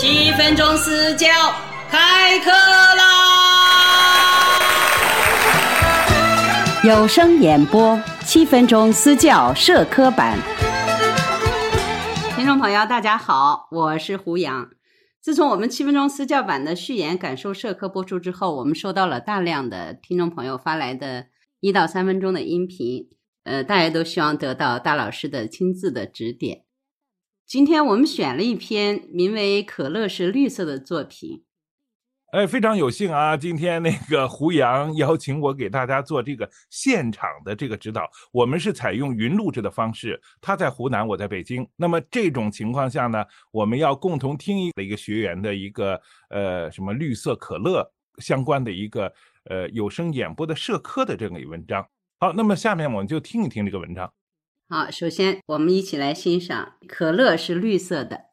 7分钟私教开课啦！ 有声演播7分钟私教社科版。听众朋友大家好，我是胡杨。自从我们7分钟私教版的序言感受社科播出之后，我们收到了大量的听众朋友发来的1到3分钟的音频，大家都希望得到大老师的亲自的指点。今天我们选了一篇名为《可乐是绿色》的作品。 非常有幸啊，今天那个胡杨邀请我给大家做这个现场的这个指导。我们是采用云录制的方式，他在湖南，我在北京。那么这种情况下呢，我们要共同听一个学员的一个什么绿色可乐相关的一个有声演播的社科的这个文章。好，那么下面我们就听一听这个文章。 好，首先我们一起来欣赏可乐是绿色的。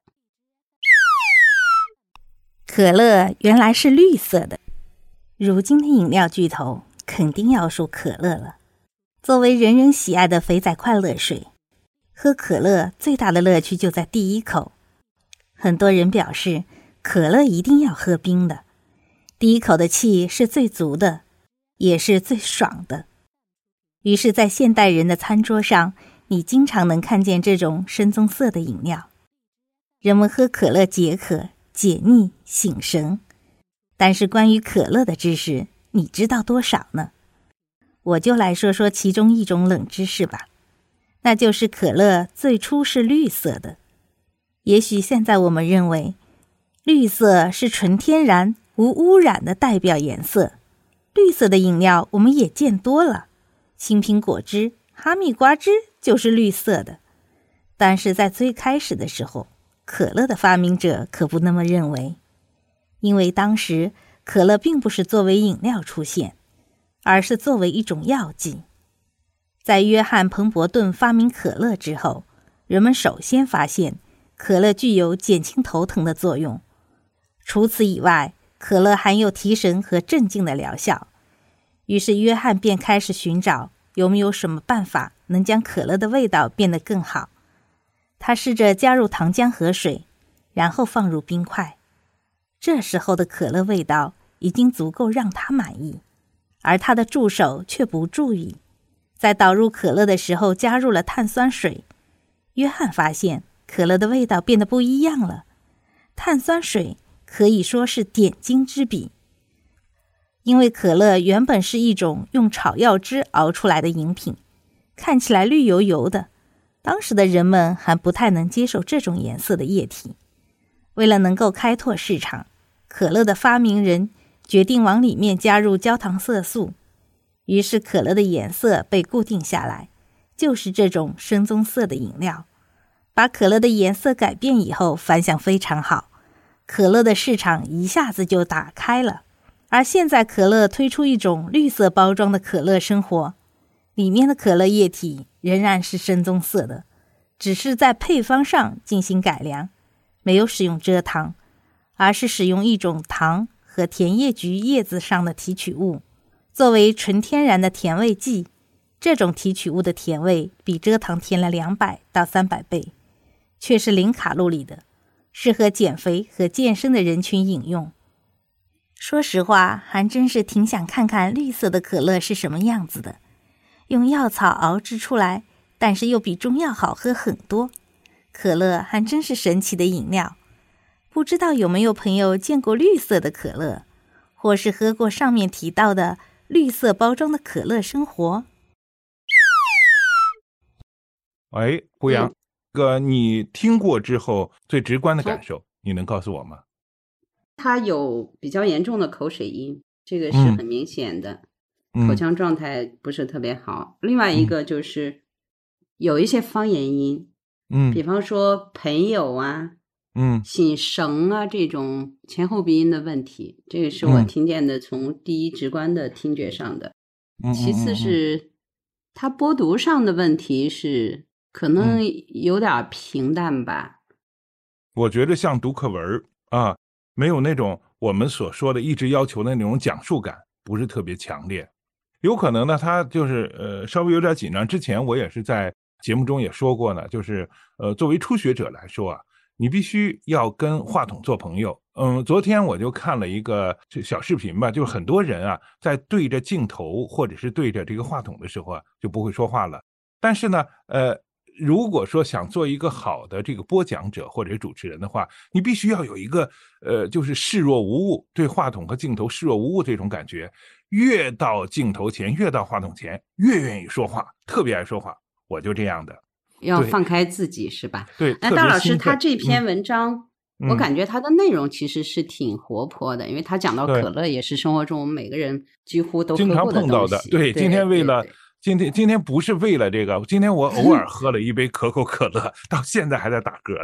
可乐原来是绿色的，如今的饮料巨头肯定要数可乐了。作为人人喜爱的肥仔快乐水，喝可乐最大的乐趣就在第一口。很多人表示可乐一定要喝冰的，第一口的气是最足的，也是最爽的。于是在现代人的餐桌上，你经常能看见这种深棕色的饮料。人们喝可乐解渴、解腻、醒神。但是关于可乐的知识，你知道多少呢？我就来说说其中一种冷知识吧，那就是可乐最初是绿色的。也许现在我们认为，绿色是纯天然、无污染的代表颜色。绿色的饮料我们也见多了，青苹果汁、哈密瓜汁就是绿色的。但是在最开始的时候，可乐的发明者可不那么认为，因为当时可乐并不是作为饮料出现，而是作为一种药剂。在约翰·彭伯顿发明可乐之后，人们首先发现可乐具有减轻头疼的作用。除此以外，可乐含有提神和镇静的疗效。于是约翰便开始寻找有没有什么办法能将可乐的味道变得更好。他试着加入糖浆和水，然后放入冰块。这时候的可乐味道已经足够让他满意，而他的助手却不注意，在倒入可乐的时候加入了碳酸水。约翰发现可乐的味道变得不一样了，碳酸水可以说是点睛之笔。因为可乐原本是一种用草药汁熬出来的饮品，看起来绿油油的，当时的人们还不太能接受这种颜色的液体。为了能够开拓市场，可乐的发明人决定往里面加入焦糖色素，于是可乐的颜色被固定下来，就是这种深棕色的饮料。把可乐的颜色改变以后，反响非常好，可乐的市场一下子就打开了。而现在可乐推出一种绿色包装的可乐生活，里面的可乐液体仍然是深棕色的，只是在配方上进行改良，没有使用蔗糖，而是使用一种糖和甜叶菊叶子上的提取物作为纯天然的甜味剂。这种提取物的甜味比蔗糖甜了200到300倍，却是0卡路里的，适合减肥和健身的人群饮用。说实话，还真是挺想看看绿色的可乐是什么样子的。用药草熬制出来，但是又比中药好喝很多。可乐还真是神奇的饮料。不知道有没有朋友见过绿色的可乐，或是喝过上面提到的绿色包装的可乐生活？ 胡杨，你听过之后最直观的感受，你能告诉我吗？ 他有比较严重的口水音，这个是很明显的，口腔状态不是特别好。另外一个就是有一些方言音，比方说朋友啊，醒绳啊，这种前后鼻音的问题，这个是我听见的，从第一直观的听觉上的。其次是他播读上的问题是可能有点平淡吧。 我觉得像读课文啊，没有那种我们所说的一直要求的那种讲述感，不是特别强烈。有可能呢，他就是稍微有点紧张。之前我也是在节目中也说过呢，就是作为初学者来说啊， 你必须要跟话筒做朋友。昨天我就看了一个小视频吧，就是很多人啊，在对着镜头或者是对着这个话筒的时候啊，就不会说话了。但是呢，如果说想做一个好的这个播讲者或者主持人的话，你必须要有一个就是视若无物，对话筒和镜头视若无物这种感觉。越到镜头前，越到话筒前，越愿意说话，特别爱说话。我就这样的， 要放开自己是吧？ 对。 那大老师他这篇文章，我感觉他的内容其实是挺活泼的，因为他讲到可乐也是生活中我们每个人几乎都喝过的东西， 经常碰到的。对，今天为了今天不是为了这个，今天我偶尔喝了一杯可口可乐，到现在还在打嗝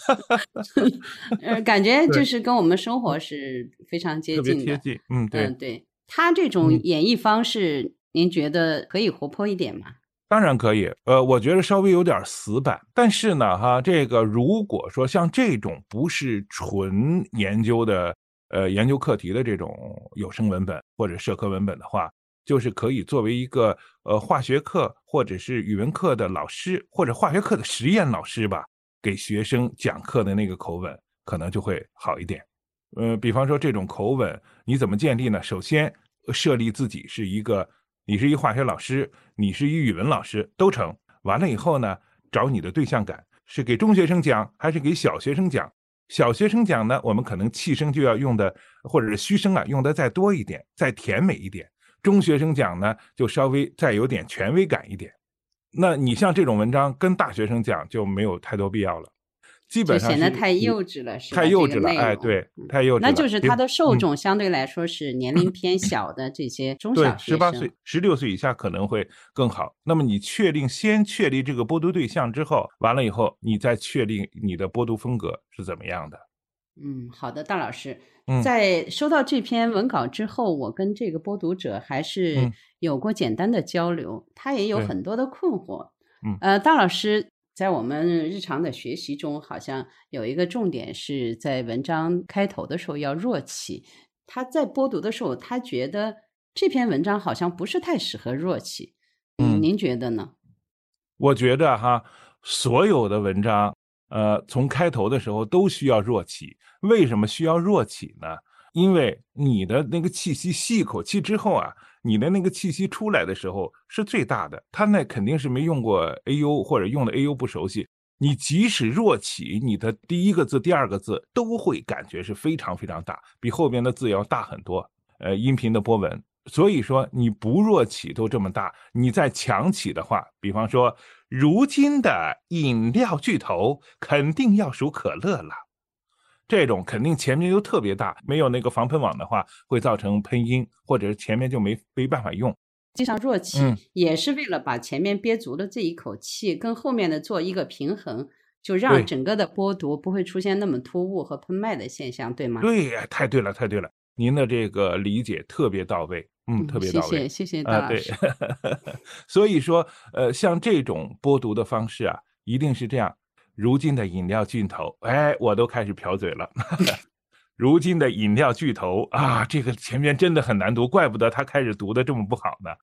呢。感觉就是跟我们生活是非常接近的， 特别贴近。 对。他这种演绎方式，您觉得可以活泼一点吗？ 当然可以，我觉得稍微有点死板，但是呢，这个如果说像这种不是纯研究的，研究课题的这种有声文本或者社科文本的话，就是可以作为一个化学课或者是语文课的老师，或者化学课的实验老师吧，给学生讲课的那个口吻，可能就会好一点。比方说这种口吻你怎么建立呢？首先设立自己是你是一化学老师，你是一语文老师都成。完了以后呢，找你的对象感，是给中学生讲还是给小学生讲？小学生讲呢，我们可能气声就要用的，或者是虚声啊，用的再多一点，再甜美一点。中学生讲呢，就稍微再有点权威感一点。那你像这种文章跟大学生讲就没有太多必要了。基本上就显得太幼稚了，是吧？ 太幼稚了，哎，对，太幼稚了。 那就是它的受众相对来说是年龄偏小的这些中小学生， 对，18岁、16岁以下可能会更好。那么你先确立这个播读对象之后，完了以后，你再确立你的播读风格是怎么样的。 好的，大老师。在收到这篇文稿之后，我跟这个播读者还是有过简单的交流，他也有很多的困惑。大老师。在我们日常的学习中，好像有一个重点是在文章开头的时候要弱起。他在播读的时候，他觉得这篇文章好像不是太适合弱起。您觉得呢？ 我觉得所有的文章，从开头的时候都需要弱起。为什么需要弱起呢？因为你的那个气息吸一口气之后啊，你的那个气息出来的时候是最大的。他那肯定是没用过 AU 或者用的 AU 不熟悉，你即使弱起，你的第一个字第二个字都会感觉是非常非常大，比后边的字要大很多。音频的波纹，所以说你不弱起都这么大，你再强起的话，比方说如今的饮料巨头肯定要数可乐了，这种肯定前面又特别大，没有那个防喷网的话，会造成喷音，或者前面就没办法用。 实际上弱气也是为了把前面憋足的这一口气跟后面的做一个平衡，就让整个的播读不会出现那么突兀和喷麦的现象，对吗？ 对，太对了，太对了，您的这个理解特别到位，特别到位， 谢谢大老师。 对，所以说，像这种播读的方式啊，一定是这样。如今的饮料巨头，哎，我都开始瓢嘴了。如今的饮料巨头啊，这个前面真的很难读，怪不得他开始读的这么不好呢。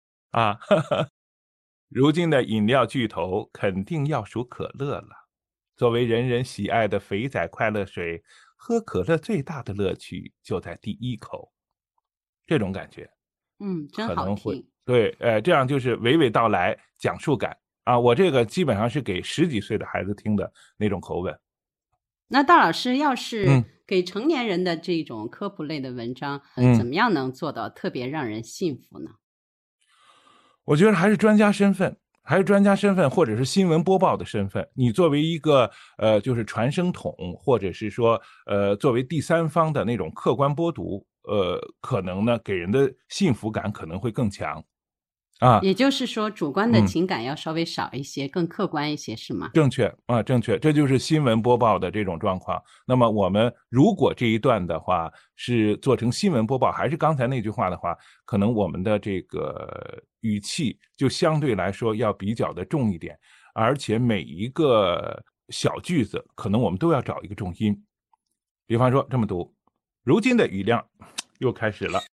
如今的饮料巨头肯定要数可乐了。作为人人喜爱的肥仔快乐水，喝可乐最大的乐趣就在第一口。这种感觉， 真好听。 对，这样就是娓娓道来，讲述感啊。我这个基本上是给10几岁的孩子听的那种口吻。 那大老师要是给成年人的这种科普类的文章，怎么样能做到特别让人信服呢？ 我觉得还是专家身份，或者是新闻播报的身份。你作为一个就是传声筒，或者是说作为第三方的那种客观播读，可能呢给人的幸福感可能会更强。 也就是说主观的情感要稍微少一些，更客观一些，是吗？ 正确，这就是新闻播报的这种状况。那么我们如果这一段的话是做成新闻播报，还是刚才那句话的话，可能我们的这个语气就相对来说要比较的重一点，而且每一个小句子可能我们都要找一个重音。比方说这么读，如今的语量又开始了。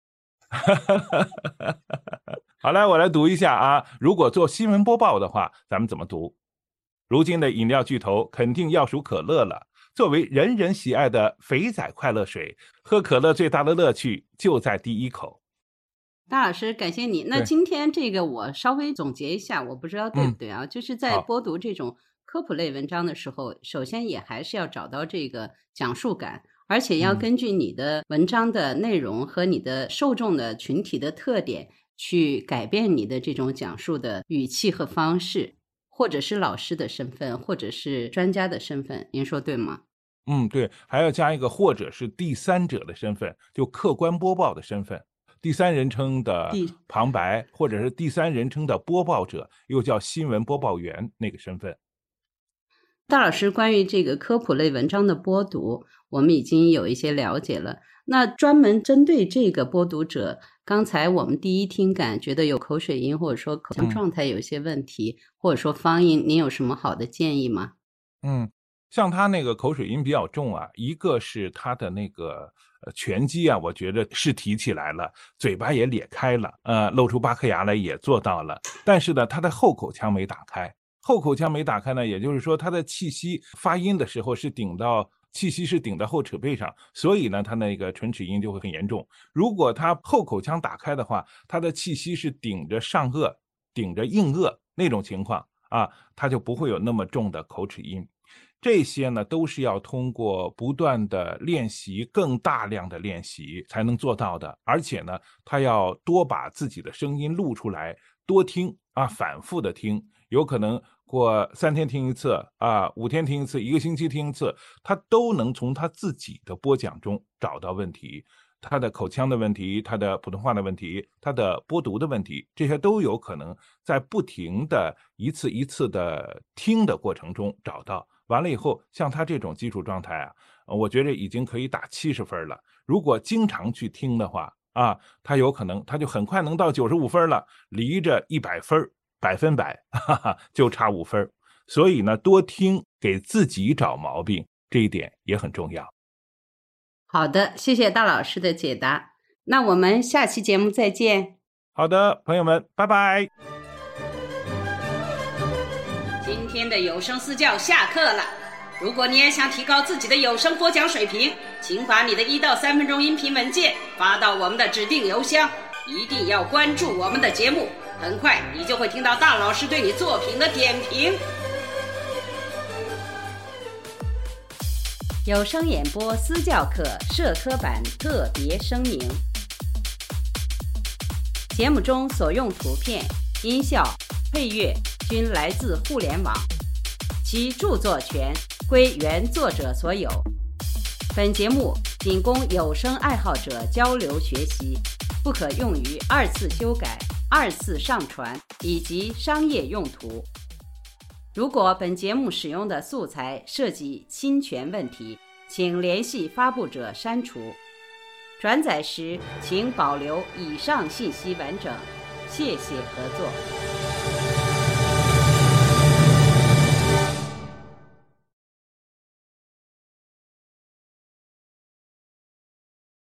好，来我来读一下啊。如果做新闻播报的话，咱们怎么读？如今的饮料巨头肯定要数可乐了。 作为人人喜爱的肥仔快乐水，喝可乐最大的乐趣就在第一口。 大老师，感谢你。那今天这个我稍微总结一下，我不知道对不对啊？就是在播读这种科普类文章的时候，首先也还是要找到这个讲述感，而且要根据你的文章的内容和你的受众的群体的特点去改变你的这种讲述的语气和方式，或者是老师的身份，或者是专家的身份，您说对吗？ 对，还要加一个或者是第三者的身份，就客观播报的身份。第三人称的旁白，或者是第三人称的播报者，又叫新闻播报员那个身份。 大老师，关于这个科普类文章的播读，我们已经有一些了解了。那专门针对这个播读者，刚才我们第一听感觉得有口水音，或者说口腔状态有一些问题，或者说方音，您有什么好的建议吗？ 像他那个口水音比较重啊，一个是他的那个拳击啊，我觉得是提起来了，嘴巴也咧开了，露出8颗牙来也做到了，但是呢，他的后口腔没打开。后口腔没打开呢，也就是说他的气息发音的时候气息是顶到后齿背上，所以呢，他那个唇齿音就会很严重。如果他后口腔打开的话，他的气息是顶着上颚、顶着硬腭那种情况啊，他就不会有那么重的口齿音。这些呢，都是要通过不断的练习，更大量的练习才能做到的。而且呢，他要多把自己的声音录出来，多听啊，反复的听，有可能过3天听一次啊，5天听一次，1个星期听一次，他都能从他自己的播讲中找到问题，他的口腔的问题，他的普通话的问题，他的播读的问题，这些都有可能在不停的一次一次的听的过程中找到。完了以后，像他这种基础状态啊，我觉得已经可以打70分了。如果经常去听的话啊，他有可能他就很快能到95分了，离着100分100%就差5分。所以呢，多听，给自己找毛病，这一点也很重要。 好的，谢谢大老师的解答。那我们下期节目再见。 好的，朋友们，拜拜。 今天的有声私教下课了。如果你也想提高自己的有声播讲水平，请把你的1到3分钟音频文件发到我们的指定邮箱，一定要关注我们的节目，很快你就会听到大老师对你作品的点评。 有声演播私教课社科版特别声明：节目中所用图片、音效、配乐均来自互联网，其著作权归原作者所有。本节目仅供有声爱好者交流学习，不可用于2次修改、2次上传以及商业用途。如果本节目使用的素材涉及侵权问题，请联系发布者删除。转载时请保留以上信息完整。谢谢合作。